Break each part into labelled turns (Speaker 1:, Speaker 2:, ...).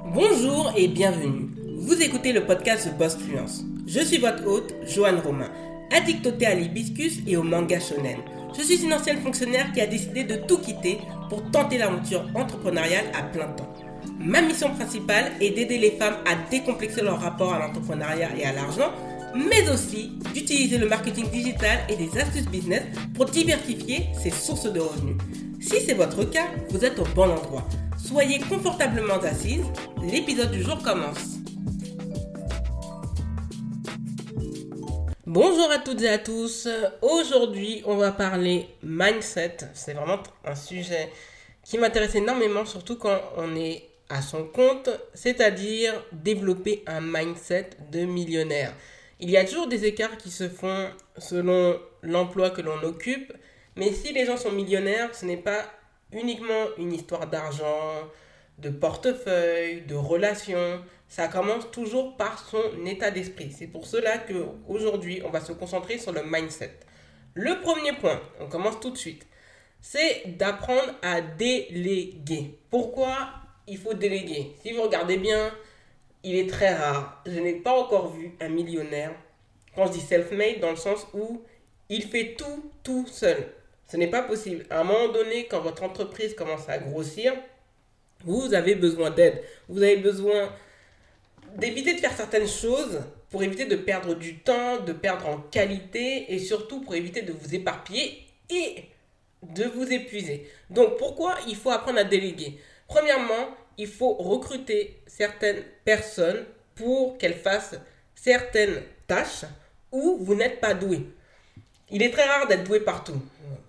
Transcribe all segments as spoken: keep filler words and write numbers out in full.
Speaker 1: Bonjour et bienvenue. Vous écoutez le podcast The Boss Fluence. Je suis votre hôte, Joanne Romain, addict au thé à l'hibiscus et au manga shonen. Je suis une ancienne fonctionnaire qui a décidé de tout quitter pour tenter l'aventure entrepreneuriale à plein temps. Ma mission principale est d'aider les femmes à décomplexer leur rapport à l'entrepreneuriat et à l'argent, mais aussi d'utiliser le marketing digital et des astuces business pour diversifier ses sources de revenus. Si c'est votre cas, vous êtes au bon endroit. Soyez confortablement assises, l'épisode du jour commence. Bonjour à toutes et à tous, aujourd'hui on va parler mindset. C'est vraiment un sujet qui m'intéresse énormément, surtout quand on est à son compte, c'est-à-dire développer un mindset de millionnaire. Il y a toujours des écarts qui se font selon l'emploi que l'on occupe, mais si les gens sont millionnaires, ce n'est pas uniquement une histoire d'argent, de portefeuille, de relations. Ça commence toujours par son état d'esprit. C'est pour cela qu'aujourd'hui, on va se concentrer sur le mindset. Le premier point, on commence tout de suite, c'est d'apprendre à déléguer. Pourquoi il faut déléguer? Si vous regardez bien, il est très rare. Je n'ai pas encore vu un millionnaire, quand je dis self-made, dans le sens où il fait tout, tout seul. Ce n'est pas possible. À un moment donné, quand votre entreprise commence à grossir, vous avez besoin d'aide. Vous avez besoin d'éviter de faire certaines choses pour éviter de perdre du temps, de perdre en qualité et surtout pour éviter de vous éparpiller et de vous épuiser. Donc, pourquoi il faut apprendre à déléguer? Premièrement, il faut recruter certaines personnes pour qu'elles fassent certaines tâches où vous n'êtes pas doué. Il est très rare d'être doué partout.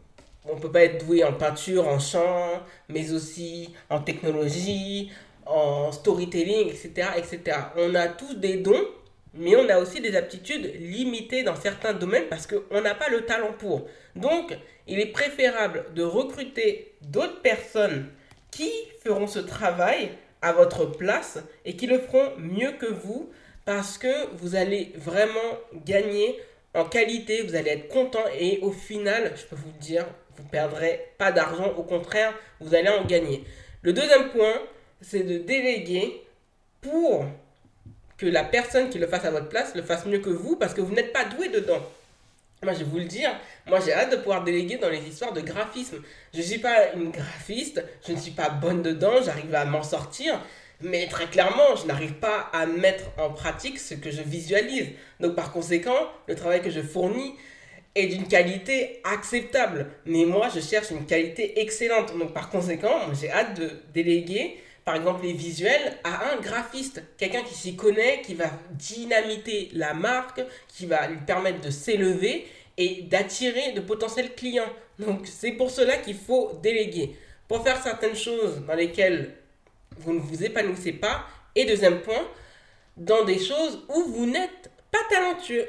Speaker 1: On ne peut pas être doué en peinture, en chant, mais aussi en technologie, en storytelling, et cetera, et cetera. On a tous des dons, mais on a aussi des aptitudes limitées dans certains domaines parce qu'on n'a pas le talent pour. Donc, il est préférable de recruter d'autres personnes qui feront ce travail à votre place et qui le feront mieux que vous parce que vous allez vraiment gagner en qualité, vous allez être content et au final, je peux vous le dire, vous ne perdrez pas d'argent, au contraire, vous allez en gagner. Le deuxième point, c'est de déléguer pour que la personne qui le fasse à votre place le fasse mieux que vous parce que vous n'êtes pas doué dedans. Moi, je vais vous le dire, moi j'ai hâte de pouvoir déléguer dans les histoires de graphisme. Je ne suis pas une graphiste, je ne suis pas bonne dedans, j'arrive à m'en sortir, mais très clairement, je n'arrive pas à mettre en pratique ce que je visualise. Donc par conséquent, le travail que je fournis est d'une qualité acceptable. Mais moi, je cherche une qualité excellente. Donc par conséquent, j'ai hâte de déléguer, par exemple, les visuels à un graphiste. Quelqu'un qui s'y connaît, qui va dynamiter la marque, qui va lui permettre de s'élever et d'attirer de potentiels clients. Donc c'est pour cela qu'il faut déléguer. Pour faire certaines choses dans lesquelles vous ne vous épanouissez pas. Et deuxième point, dans des choses où vous n'êtes pas talentueux.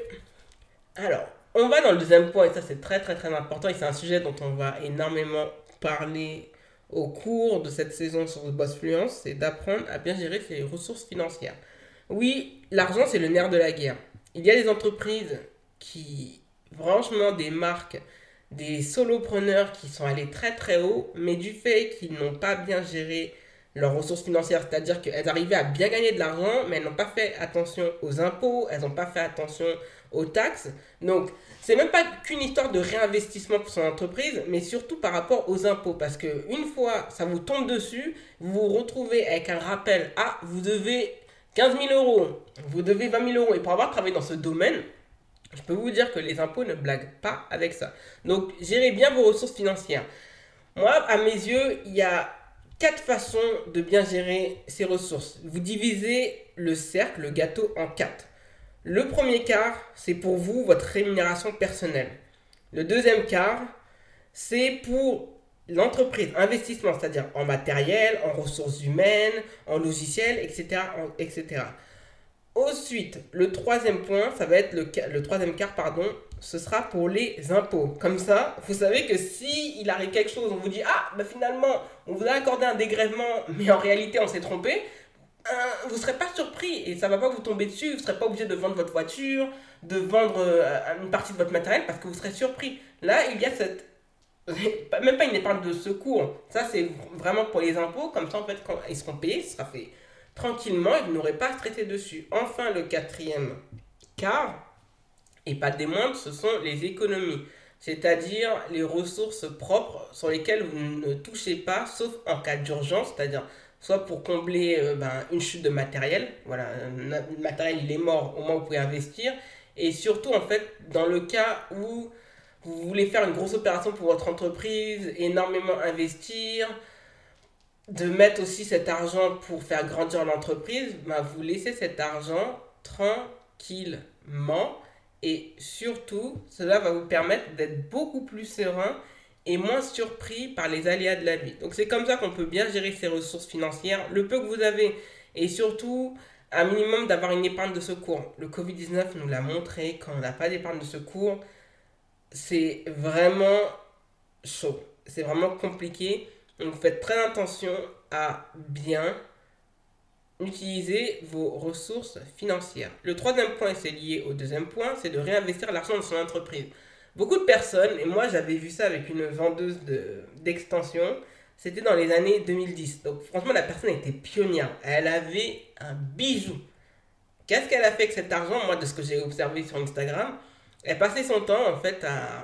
Speaker 1: Alors, on va dans le deuxième point, et ça c'est très très très important, et c'est un sujet dont on va énormément parler au cours de cette saison sur The Boss Fluence, c'est d'apprendre à bien gérer ses ressources financières. Oui, l'argent c'est le nerf de la guerre. Il y a des entreprises qui, franchement, des marques, des solopreneurs qui sont allés très très haut, mais du fait qu'ils n'ont pas bien géré leurs ressources financières, c'est-à-dire qu'elles arrivaient à bien gagner de l'argent, mais elles n'ont pas fait attention aux impôts, elles n'ont pas fait attention aux taxes. Donc, c'est même pas qu'une histoire de réinvestissement pour son entreprise, mais surtout par rapport aux impôts, parce que une fois ça vous tombe dessus, vous vous retrouvez avec un rappel, ah, vous devez quinze mille euros, vous devez vingt mille euros, et pour avoir travaillé dans ce domaine, je peux vous dire que les impôts ne blaguent pas avec ça. Donc, gérez bien vos ressources financières. Moi, à mes yeux, il y a quatre façons de bien gérer ces ressources. Vous divisez le cercle, le gâteau, en quatre. Le premier quart, c'est pour vous, votre rémunération personnelle. Le deuxième quart, c'est pour l'entreprise, investissement, c'est-à-dire en matériel, en ressources humaines, en logiciels, et cetera, et cetera. Ensuite, le troisième point, ça va être le, le troisième quart, pardon, ce sera pour les impôts. Comme ça, vous savez que si il arrive quelque chose, on vous dit ah, bah finalement, on vous a accordé un dégrèvement, mais en réalité, on s'est trompé. Euh, vous ne serez pas surpris et ça ne va pas vous tomber dessus. Vous ne serez pas obligé de vendre votre voiture, de vendre euh, une partie de votre matériel parce que vous serez surpris. Là, il y a cette même pas une épargne de secours. Ça, c'est vraiment pour les impôts. Comme ça, en fait, quand ils seront payés, ce sera fait tranquillement et vous n'aurez pas à stresser dessus. Enfin, le quatrième cas, et pas des moindres, ce sont les économies. C'est-à-dire les ressources propres sur lesquelles vous ne touchez pas, sauf en cas d'urgence, c'est-à-dire soit pour combler euh, ben, une chute de matériel, voilà, le matériel il est mort, au moins vous pouvez investir, et surtout en fait dans le cas où vous voulez faire une grosse opération pour votre entreprise, énormément investir, de mettre aussi cet argent pour faire grandir l'entreprise, ben, vous laissez cet argent tranquillement et surtout, cela va vous permettre d'être beaucoup plus serein et moins surpris par les aléas de la vie. Donc c'est comme ça qu'on peut bien gérer ses ressources financières, le peu que vous avez, et surtout un minimum d'avoir une épargne de secours. Le covid dix-neuf nous l'a montré, quand on n'a pas d'épargne de secours, c'est vraiment chaud, c'est vraiment compliqué. Donc faites très attention à bien utiliser vos ressources financières. Le troisième point, et c'est lié au deuxième point, c'est de réinvestir l'argent dans son entreprise. Beaucoup de personnes, et moi j'avais vu ça avec une vendeuse de, d'extension, c'était dans les années deux mille dix. Donc franchement, la personne était pionnière. Elle avait un bijou. Qu'est-ce qu'elle a fait avec cet argent? Moi, de ce que j'ai observé sur Instagram, elle passait son temps en fait à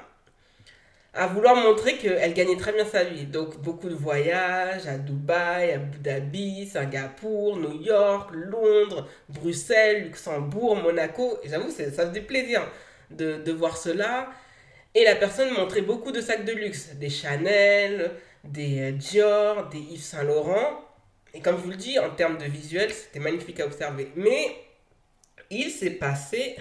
Speaker 1: à vouloir montrer qu'elle gagnait très bien sa vie. Donc beaucoup de voyages à Dubaï, à Abu Dhabi, Singapour, New York, Londres, Bruxelles, Luxembourg, Monaco. Et j'avoue, ça faisait plaisir de, de voir cela. Et la personne montrait beaucoup de sacs de luxe, des Chanel, des Dior, des Yves Saint Laurent. Et comme je vous le dis, en termes de visuel, c'était magnifique à observer. Mais il s'est passé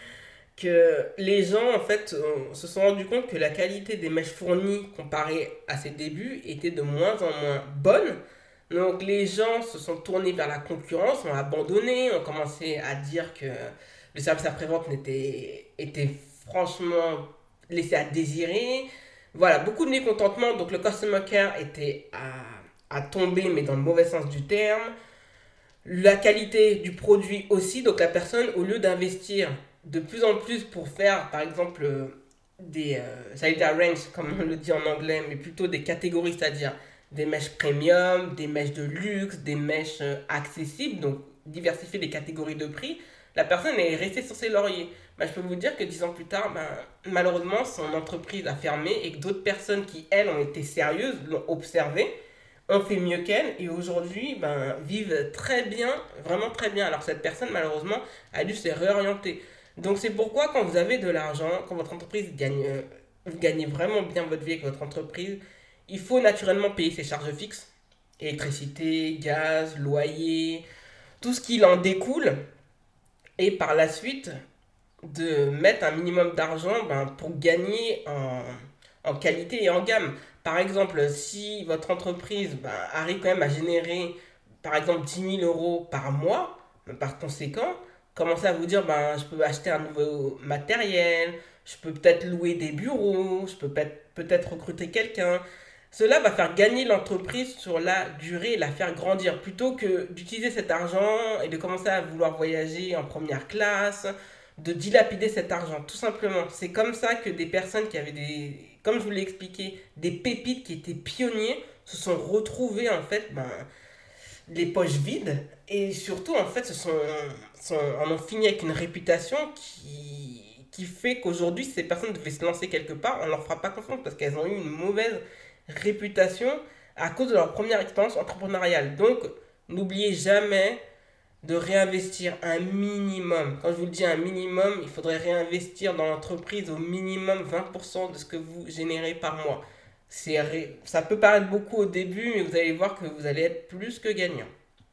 Speaker 1: que les gens en fait euh, se sont rendus compte que la qualité des mèches fournies comparée à ses débuts était de moins en moins bonne. Donc les gens se sont tournés vers la concurrence, ont abandonné, ont commencé à dire que le service après-vente n'était, était franchement laissé à désirer. Voilà, beaucoup de mécontentement, donc le customer care était à, à tomber, mais dans le mauvais sens du terme. La qualité du produit aussi, donc la personne, au lieu d'investir de plus en plus pour faire, par exemple, euh, des euh, sanitary range, comme on le dit en anglais, mais plutôt des catégories, c'est-à-dire des mèches premium, des mèches de luxe, des mèches euh, accessibles, donc diversifier les catégories de prix, la personne est restée sur ses lauriers. Ben, je peux vous dire que dix ans plus tard, ben, malheureusement, son entreprise a fermé et que d'autres personnes qui, elles, ont été sérieuses, l'ont observé, ont fait mieux qu'elle et aujourd'hui ben, vivent très bien, vraiment très bien. Alors cette personne malheureusement a dû se réorienter. Donc c'est pourquoi quand vous avez de l'argent, quand votre entreprise gagne, euh, vous gagnez vraiment bien votre vie avec votre entreprise, il faut naturellement payer ses charges fixes, électricité, gaz, loyer, tout ce qui en découle et par la suite de mettre un minimum d'argent ben, pour gagner en, en qualité et en gamme. Par exemple, si votre entreprise ben, arrive quand même à générer par exemple dix mille euros par mois, ben, par conséquent, commencez à vous dire ben, je peux acheter un nouveau matériel, je peux peut-être louer des bureaux, je peux peut-être, peut-être recruter quelqu'un. Cela va faire gagner l'entreprise sur la durée et la faire grandir plutôt que d'utiliser cet argent et de commencer à vouloir voyager en première classe, de dilapider cet argent, tout simplement. C'est comme ça que des personnes qui avaient des, comme je vous l'ai expliqué, des pépites qui étaient pionniers se sont retrouvés en fait ben, les poches vides et surtout en fait se sont, sont, en ont fini avec une réputation qui, qui fait qu'aujourd'hui si ces personnes devaient se lancer quelque part, on ne leur fera pas confiance parce qu'elles ont eu une mauvaise réputation à cause de leur première expérience entrepreneuriale. Donc n'oubliez jamais de réinvestir un minimum. Quand je vous le dis un minimum, il faudrait réinvestir dans l'entreprise au minimum vingt pour cent de ce que vous générez par mois. C'est ré... Ça peut paraître beaucoup au début, mais vous allez voir que vous allez être plus que gagnant.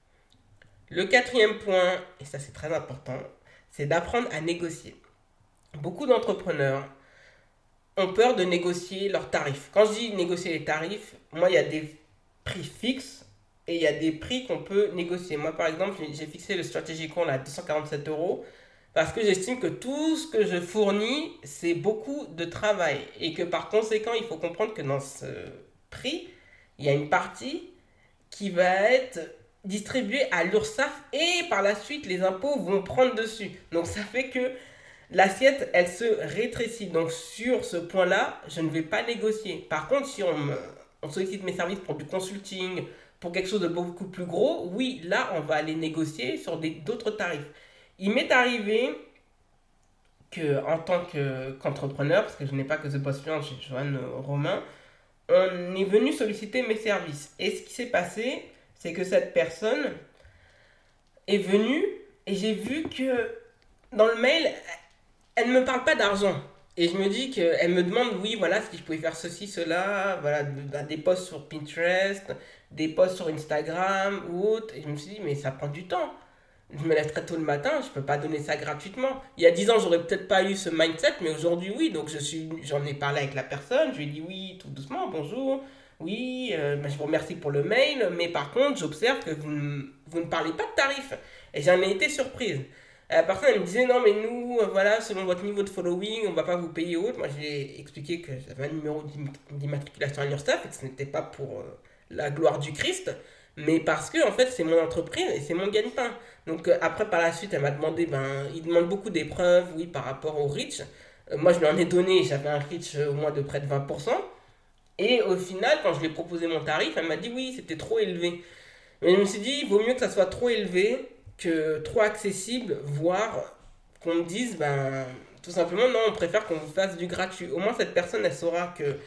Speaker 1: Le quatrième point, et ça c'est très important, c'est d'apprendre à négocier. Beaucoup d'entrepreneurs ont peur de négocier leurs tarifs. Quand je dis négocier les tarifs, moi il y a des prix fixes et il y a des prix qu'on peut négocier. Moi, par exemple, j'ai fixé le strategy call à deux cent quarante-sept euros parce que j'estime que tout ce que je fournis, c'est beaucoup de travail. Et que par conséquent, il faut comprendre que dans ce prix, il y a une partie qui va être distribuée à l'URSSAF et par la suite, les impôts vont prendre dessus. Donc, ça fait que l'assiette, elle se rétrécit. Donc, sur ce point-là, je ne vais pas négocier. Par contre, si on, me, on sollicite mes services pour du consulting, pour quelque chose de beaucoup plus gros, oui, là, on va aller négocier sur des, d'autres tarifs. Il m'est arrivé que, en tant que, qu'entrepreneur, parce que je n'ai pas que The Boss Fluence, j'ai Joanne Romain, on est venu solliciter mes services. Et ce qui s'est passé, c'est que cette personne est venue et j'ai vu que dans le mail, elle ne me parle pas d'argent. Et je me dis qu'elle me demande, oui, voilà, si je pouvais faire ceci, cela, voilà, des posts sur Pinterest, des posts sur Instagram ou autre. Et je me suis dit, mais ça prend du temps. Je me lève très tôt le matin, je ne peux pas donner ça gratuitement. Il y a dix ans, j'aurais peut-être pas eu ce mindset, mais aujourd'hui, oui. Donc, je suis, j'en ai parlé avec la personne, je lui ai dit oui, tout doucement, bonjour, oui, euh, ben, je vous remercie pour le mail, mais par contre, j'observe que vous, ne- vous ne parlez pas de tarifs. Et j'en ai été surprise. La personne, elle me disait, non, mais nous, euh, voilà, selon votre niveau de following, on ne va pas vous payer autre. Moi, j'ai expliqué que j'avais un numéro d'im- d'immatriculation à l'URSSAF et que ce n'était pas pour euh, la gloire du Christ, mais parce que, en fait, c'est mon entreprise et c'est mon gagne-pain. Donc, euh, après, par la suite, elle m'a demandé, ben, il demande beaucoup d'épreuves, oui, par rapport au reach. Euh, moi, je lui en ai donné, j'avais un reach euh, au moins de près de vingt pour cent. Et au final, quand je lui ai proposé mon tarif, elle m'a dit, oui, c'était trop élevé. Mais je me suis dit, il vaut mieux que ça soit trop élevé que trop accessible, voire qu'on me dise, ben, tout simplement, non, on préfère qu'on vous fasse du gratuit. Au moins, cette personne, elle saura que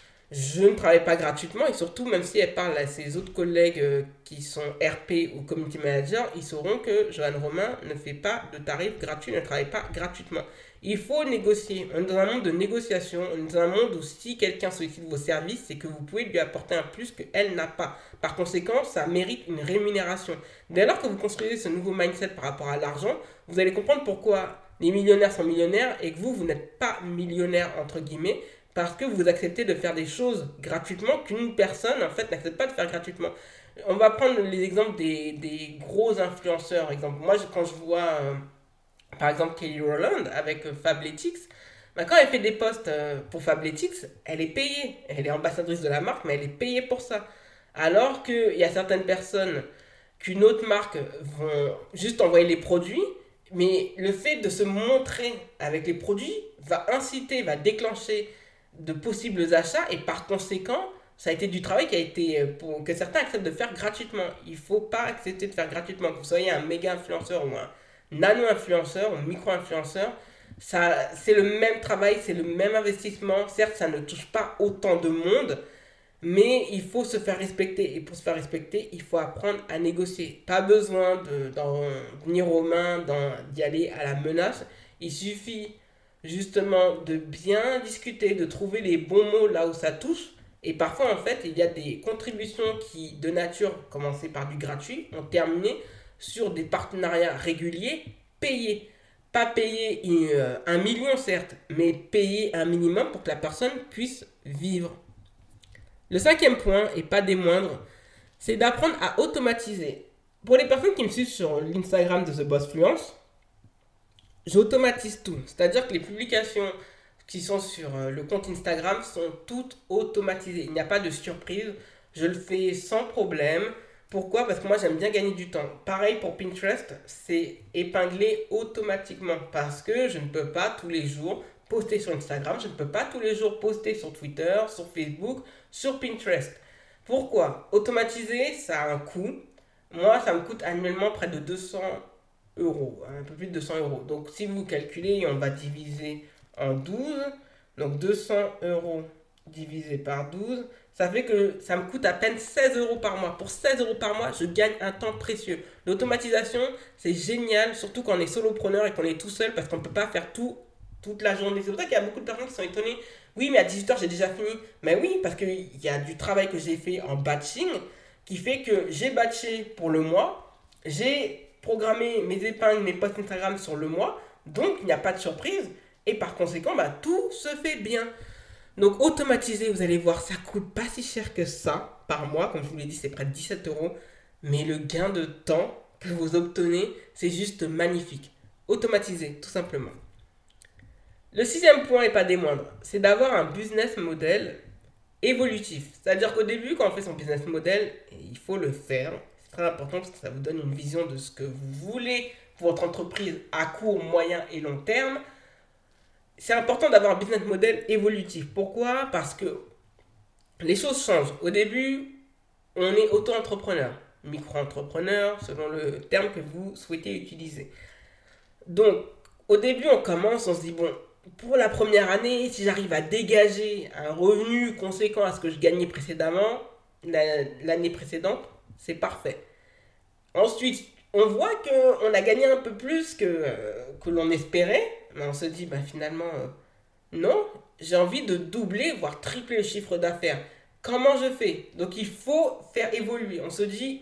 Speaker 1: je ne travaille pas gratuitement et surtout, même si elle parle à ses autres collègues euh, qui sont R P ou community manager, ils sauront que Joanne Romain ne fait pas de tarifs gratuits, ne travaille pas gratuitement. Il faut négocier. On est dans un monde de négociation, on est dans un monde où si quelqu'un sollicite vos services, c'est que vous pouvez lui apporter un plus qu'elle n'a pas. Par conséquent, ça mérite une rémunération. Dès lors que vous construisez ce nouveau mindset par rapport à l'argent, vous allez comprendre pourquoi les millionnaires sont millionnaires et que vous, vous n'êtes pas millionnaire entre guillemets parce que vous acceptez de faire des choses gratuitement qu'une personne en fait n'accepte pas de faire gratuitement. On va prendre les exemples des, des gros influenceurs. Exemple, moi je- quand je vois euh, par exemple Kelly Rowland avec euh, Fabletics, bah, quand elle fait des posts euh, pour Fabletics, elle est payée. Elle est ambassadrice de la marque, mais elle est payée pour ça. Alors qu'il y a certaines personnes qu'une autre marque vont juste envoyer les produits, mais le fait de se montrer avec les produits va inciter, va déclencher de possibles achats et par conséquent, ça a été du travail qui a été euh, pour que certains acceptent de faire gratuitement. Il ne faut pas accepter de faire gratuitement. Que vous soyez un méga influenceur ou un nano influenceur ou micro influenceur, ça c'est le même travail, c'est le même investissement. Certes, ça ne touche pas autant de monde, mais il faut se faire respecter. Et pour se faire respecter, il faut apprendre à négocier. Pas besoin de, d'en venir aux mains, d'en- d'y aller à la menace. Il suffit justement de bien discuter, de trouver les bons mots là où ça touche. Et parfois, en fait, il y a des contributions qui, de nature, commencées par du gratuit, ont terminé sur des partenariats réguliers payés. Pas payer euh, un million, certes, mais payer un minimum pour que la personne puisse vivre. Le cinquième point, et pas des moindres, c'est d'apprendre à automatiser. Pour les personnes qui me suivent sur l'Instagram de The Boss Fluence, j'automatise tout. C'est-à-dire que les publications qui sont sur euh, le compte Instagram sont toutes automatisées. Il n'y a pas de surprise. Je le fais sans problème. Pourquoi? Parce que moi j'aime bien gagner du temps. Pareil pour Pinterest, c'est épinglé automatiquement parce que je ne peux pas tous les jours poster sur Instagram, je ne peux pas tous les jours poster sur Twitter, sur Facebook, sur Pinterest. Pourquoi? Automatiser, ça a un coût. Moi, ça me coûte annuellement près de deux cents euros, un peu plus de deux cents euros. Donc si vous calculez, on va diviser en douze. Donc deux cents euros divisé par douze, ça fait que ça me coûte à peine seize euros par mois. Pour seize euros par mois, je gagne un temps précieux. L'automatisation, c'est génial, surtout quand on est solopreneur et qu'on est tout seul parce qu'on ne peut pas faire tout toute la journée. C'est pour ça qu'il y a beaucoup de personnes qui sont étonnées. Oui, mais à dix-huit heures, j'ai déjà fini. Mais oui, parce qu'il y a du travail que j'ai fait en batching qui fait que j'ai batché pour le mois. J'ai programmé mes épingles, mes posts Instagram sur le mois. Donc, il n'y a pas de surprise. Et par conséquent, bah, tout se fait bien. Donc, automatiser, vous allez voir, ça coûte pas si cher que ça par mois. Comme je vous l'ai dit, c'est près de dix-sept euros. Mais le gain de temps que vous obtenez, c'est juste magnifique. Automatiser, tout simplement. Le sixième point, et pas des moindres, c'est d'avoir un business model évolutif. C'est-à-dire qu'au début, quand on fait son business model, il faut le faire. C'est très important parce que ça vous donne une vision de ce que vous voulez pour votre entreprise à court, moyen et long terme. C'est important d'avoir un business model évolutif. Pourquoi? Parce que les choses changent. Au début, on est auto-entrepreneur, micro-entrepreneur, selon le terme que vous souhaitez utiliser. Donc, au début, on commence, on se dit, bon, pour la première année, si j'arrive à dégager un revenu conséquent à ce que je gagnais précédemment, la- l'année précédente, c'est parfait. Ensuite, on voit qu'on a gagné un peu plus que, euh, que l'on espérait, mais on se dit, bah, finalement, euh, non, j'ai envie de doubler, voire tripler le chiffre d'affaires. Comment je fais? Donc, il faut faire évoluer. On se dit,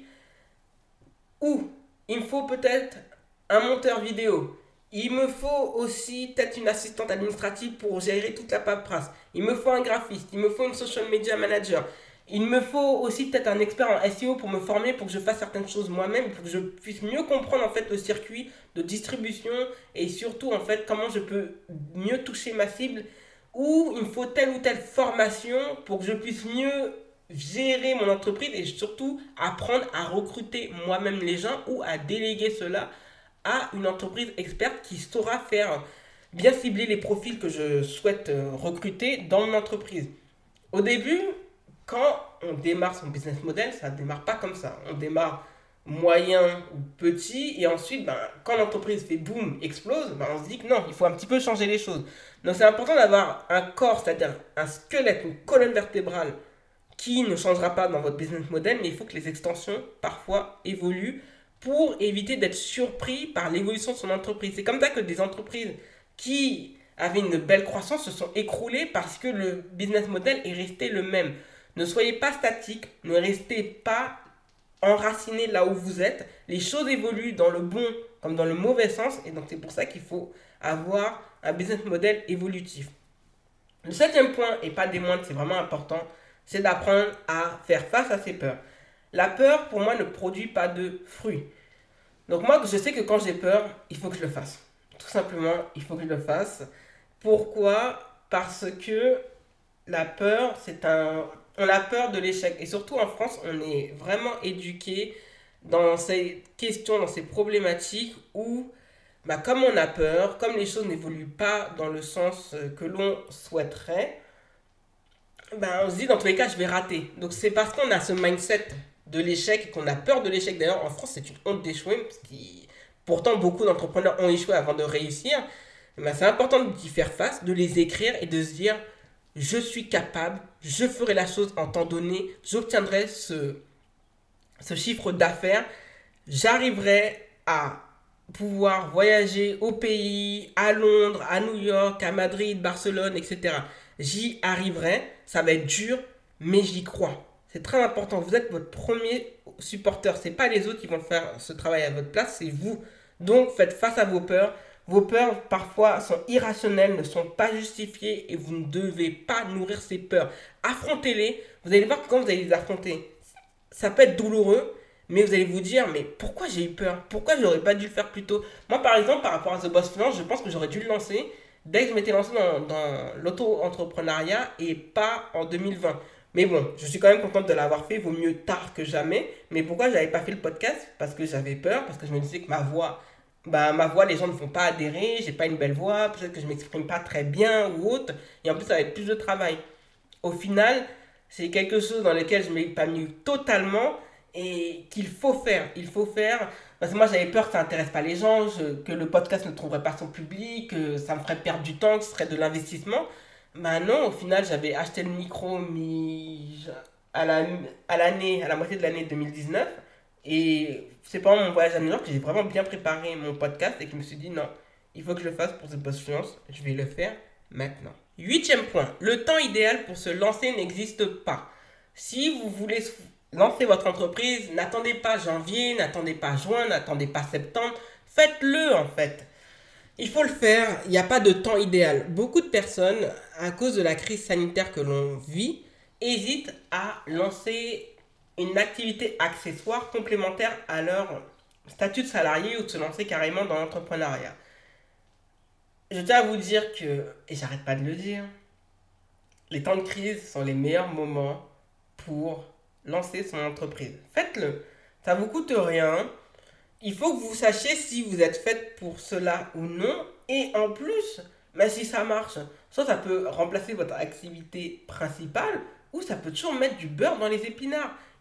Speaker 1: ou il me faut peut-être un monteur vidéo. Il me faut aussi peut-être une assistante administrative pour gérer toute la paperasse. Il me faut un graphiste. Il me faut une social media manager. Il me faut aussi peut-être un expert en S E O pour me former, pour que je fasse certaines choses moi-même, pour que je puisse mieux comprendre en fait le circuit de distribution et surtout en fait comment je peux mieux toucher ma cible, ou il me faut telle ou telle formation pour que je puisse mieux gérer mon entreprise et surtout apprendre à recruter moi-même les gens ou à déléguer cela à une entreprise experte qui saura faire bien cibler les profils que je souhaite euh, recruter dans mon entreprise. Au début, quand on démarre son business model, ça ne démarre pas comme ça. On démarre moyen ou petit et ensuite, ben, quand l'entreprise fait boum, explose, ben, on se dit que non, il faut un petit peu changer les choses. Donc c'est important d'avoir un corps, c'est-à-dire un squelette, une colonne vertébrale qui ne changera pas dans votre business model, mais il faut que les extensions parfois évoluent pour éviter d'être surpris par l'évolution de son entreprise. C'est comme ça que des entreprises qui avaient une belle croissance se sont écroulées parce que le business model est resté le même. Ne soyez pas statique, ne restez pas enraciné là où vous êtes. Les choses évoluent dans le bon comme dans le mauvais sens et donc c'est pour ça qu'il faut avoir un business model évolutif. Le septième point, et pas des moindres, c'est vraiment important, c'est d'apprendre à faire face à ses peurs. La peur, pour moi, ne produit pas de fruits. Donc moi, je sais que quand j'ai peur, il faut que je le fasse. Tout simplement, il faut que je le fasse. Pourquoi? Parce que la peur, c'est un... On a peur de l'échec. Et surtout en France, on est vraiment éduqué dans ces questions, dans ces problématiques où, bah, comme on a peur, comme les choses n'évoluent pas dans le sens que l'on souhaiterait, ben, on se dit dans tous les cas, je vais rater. Donc c'est parce qu'on a ce mindset de l'échec et qu'on a peur de l'échec. D'ailleurs, en France, c'est une honte d'échouer. Parce que pourtant, beaucoup d'entrepreneurs ont échoué avant de réussir. Ben, c'est important d'y faire face, de les écrire et de se dire, je suis capable, je ferai la chose en temps donné, j'obtiendrai ce, ce chiffre d'affaires, j'arriverai à pouvoir voyager au pays, à Londres, à New York, à Madrid, Barcelone, et cetera. J'y arriverai, ça va être dur, mais j'y crois. C'est très important, vous êtes votre premier supporter, c'est pas les autres qui vont faire ce travail à votre place, c'est vous. Donc faites face à vos peurs. Vos peurs parfois sont irrationnelles, ne sont pas justifiées et vous ne devez pas nourrir ces peurs. Affrontez-les, vous allez voir que quand vous allez les affronter, ça peut être douloureux, mais vous allez vous dire, mais pourquoi j'ai eu peur? Pourquoi j'aurais pas dû le faire plus tôt? Moi, par exemple, par rapport à The Boss Finance, je pense que j'aurais dû le lancer dès que je m'étais lancé dans, dans l'auto-entrepreneuriat et pas en deux mille vingt. Mais bon, je suis quand même contente de l'avoir fait, vaut mieux tard que jamais. Mais pourquoi j'avais pas fait le podcast? Parce que j'avais peur, parce que je me disais que ma voix, bah, ma voix, les gens ne vont pas adhérer, j'ai pas une belle voix, peut-être que je m'exprime pas très bien ou autre, et en plus ça va être plus de travail. Au final, c'est quelque chose dans lequel je m'épanouis totalement et qu'il faut faire. Il faut faire. Parce que moi, j'avais peur que ça n'intéresse pas les gens, je- que le podcast ne trouverait pas son public, que ça me ferait perdre du temps, que ce serait de l'investissement. Bah non, au final, j'avais acheté le micro mi... à la, à l'année, à la moitié de l'année deux mille dix-neuf. Et c'est pendant mon voyage à New York que j'ai vraiment bien préparé mon podcast et que je me suis dit non, il faut que je le fasse pour cette bonne Fluence. Je vais le faire maintenant. Huitième point, le temps idéal pour se lancer n'existe pas. Si vous voulez lancer votre entreprise, n'attendez pas janvier, n'attendez pas juin, n'attendez pas septembre. Faites-le en fait. Il faut le faire, il n'y a pas de temps idéal. Beaucoup de personnes, à cause de la crise sanitaire que l'on vit, hésitent à lancer une activité accessoire complémentaire à leur statut de salarié ou de se lancer carrément dans l'entrepreneuriat. Je tiens à vous dire que, et j'arrête pas de le dire, les temps de crise sont les meilleurs moments pour lancer son entreprise. Faites-le, ça vous coûte rien. Il faut que vous sachiez si vous êtes faite pour cela ou non. Et en plus, bah, si ça marche, soit ça peut remplacer votre activité principale, ou ça peut toujours mettre du beurre dans les épinards.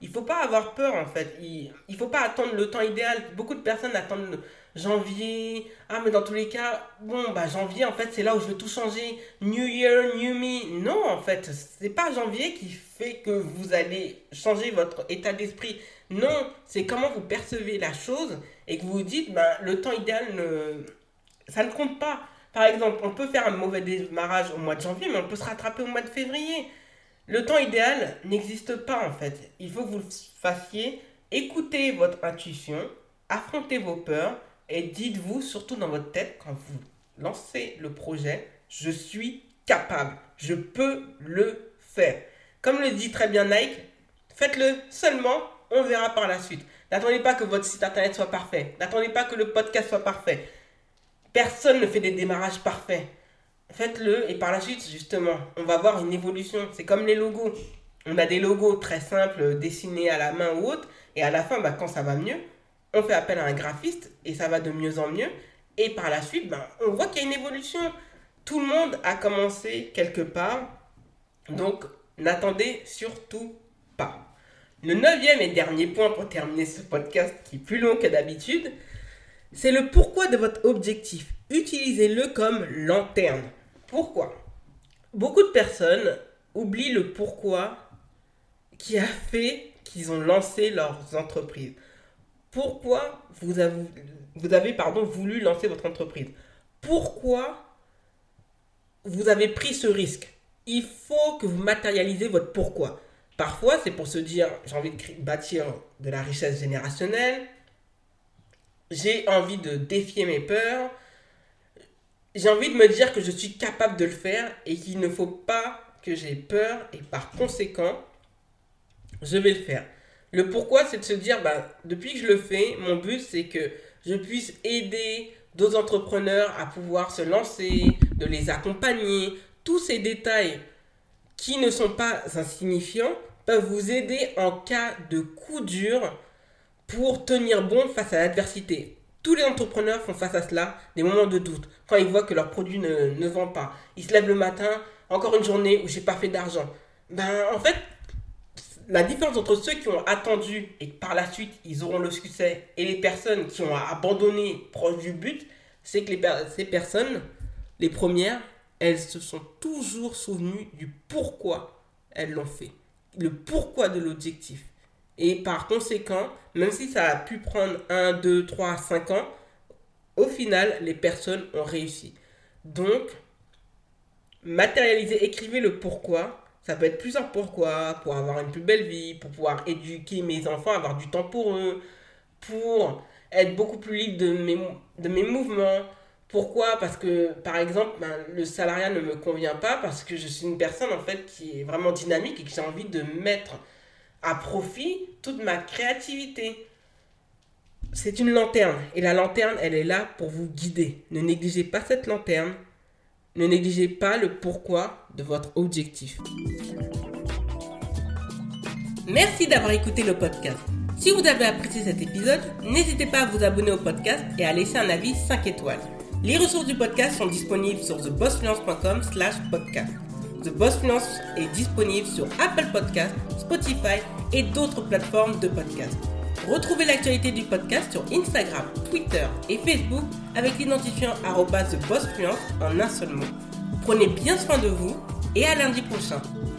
Speaker 1: Il faut pas avoir peur en fait. Il, il faut pas attendre le temps idéal. Beaucoup de personnes attendent janvier. Ah, mais dans tous les cas, bon, bah janvier en fait, c'est là où je veux tout changer. New Year, New Me. Non, en fait, c'est pas janvier qui fait que vous allez changer votre état d'esprit. Non, c'est comment vous percevez la chose et que vous vous dites, bah, le temps idéal, ne, ça ne compte pas. Par exemple, on peut faire un mauvais démarrage au mois de janvier, mais on peut se rattraper au mois de février. Le temps idéal n'existe pas en fait. Il faut que vous le fassiez. Écoutez votre intuition, affrontez vos peurs et dites-vous, surtout dans votre tête, quand vous lancez le projet, je suis capable, je peux le faire. Comme le dit très bien Nike, faites-le seulement, on verra par la suite. N'attendez pas que votre site internet soit parfait. N'attendez pas que le podcast soit parfait. Personne ne fait des démarrages parfaits. Faites-le et par la suite, justement, on va voir une évolution. C'est comme les logos. On a des logos très simples, dessinés à la main ou autre. Et à la fin, bah, quand ça va mieux, on fait appel à un graphiste et ça va de mieux en mieux. Et par la suite, bah, on voit qu'il y a une évolution. Tout le monde a commencé quelque part. Donc, n'attendez surtout pas. Le neuvième et dernier point pour terminer ce podcast qui est plus long que d'habitude, c'est le pourquoi de votre objectif. Utilisez-le comme lanterne. Pourquoi ? Beaucoup de personnes oublient le pourquoi qui a fait qu'ils ont lancé leurs entreprises. Pourquoi vous avez, vous avez pardon, voulu lancer votre entreprise ? Pourquoi vous avez pris ce risque ? Il faut que vous matérialisez votre pourquoi. Parfois, c'est pour se dire, j'ai envie de bâtir de la richesse générationnelle, j'ai envie de défier mes peurs, j'ai envie de me dire que je suis capable de le faire et qu'il ne faut pas que j'ai peur et par conséquent, je vais le faire. Le pourquoi, c'est de se dire, bah, depuis que je le fais, mon but, c'est que je puisse aider d'autres entrepreneurs à pouvoir se lancer, de les accompagner. Tous ces détails qui ne sont pas insignifiants peuvent vous aider en cas de coup dur pour tenir bon face à l'adversité. Tous les entrepreneurs font face à cela, des moments de doute, quand ils voient que leur produit ne, ne vend pas. Ils se lèvent le matin, encore une journée où j'ai pas fait d'argent. Ben, en fait, la différence entre ceux qui ont attendu et que par la suite ils auront le succès et les personnes qui ont abandonné proche du but, c'est que les, ces personnes, les premières, elles se sont toujours souvenues du pourquoi elles l'ont fait. Le pourquoi de l'objectif. Et par conséquent, même si ça a pu prendre un, deux, trois, cinq ans, au final, les personnes ont réussi. Donc, matérialisez, écrivez le pourquoi. Ça peut être plusieurs pourquoi, pour avoir une plus belle vie, pour pouvoir éduquer mes enfants, avoir du temps pour eux, pour être beaucoup plus libre de mes, de mes mouvements. Pourquoi ? Parce que, par exemple, ben, le salariat ne me convient pas parce que je suis une personne en fait qui est vraiment dynamique et que j'ai envie de mettre à profit toute ma créativité. C'est une lanterne et la lanterne, elle est là pour vous guider. Ne négligez pas cette lanterne. Ne négligez pas le pourquoi de votre objectif. Merci d'avoir écouté le podcast. Si vous avez apprécié cet épisode, n'hésitez pas à vous abonner au podcast et à laisser un avis cinq étoiles. Les ressources du podcast sont disponibles sur thebossfluence.com slash podcast. The Boss Fluence est disponible sur Apple Podcasts, Spotify et d'autres plateformes de podcast. Retrouvez l'actualité du podcast sur Instagram, Twitter et Facebook avec l'identifiant arobase thebossfluence en un seul mot. Prenez bien soin de vous et à lundi prochain.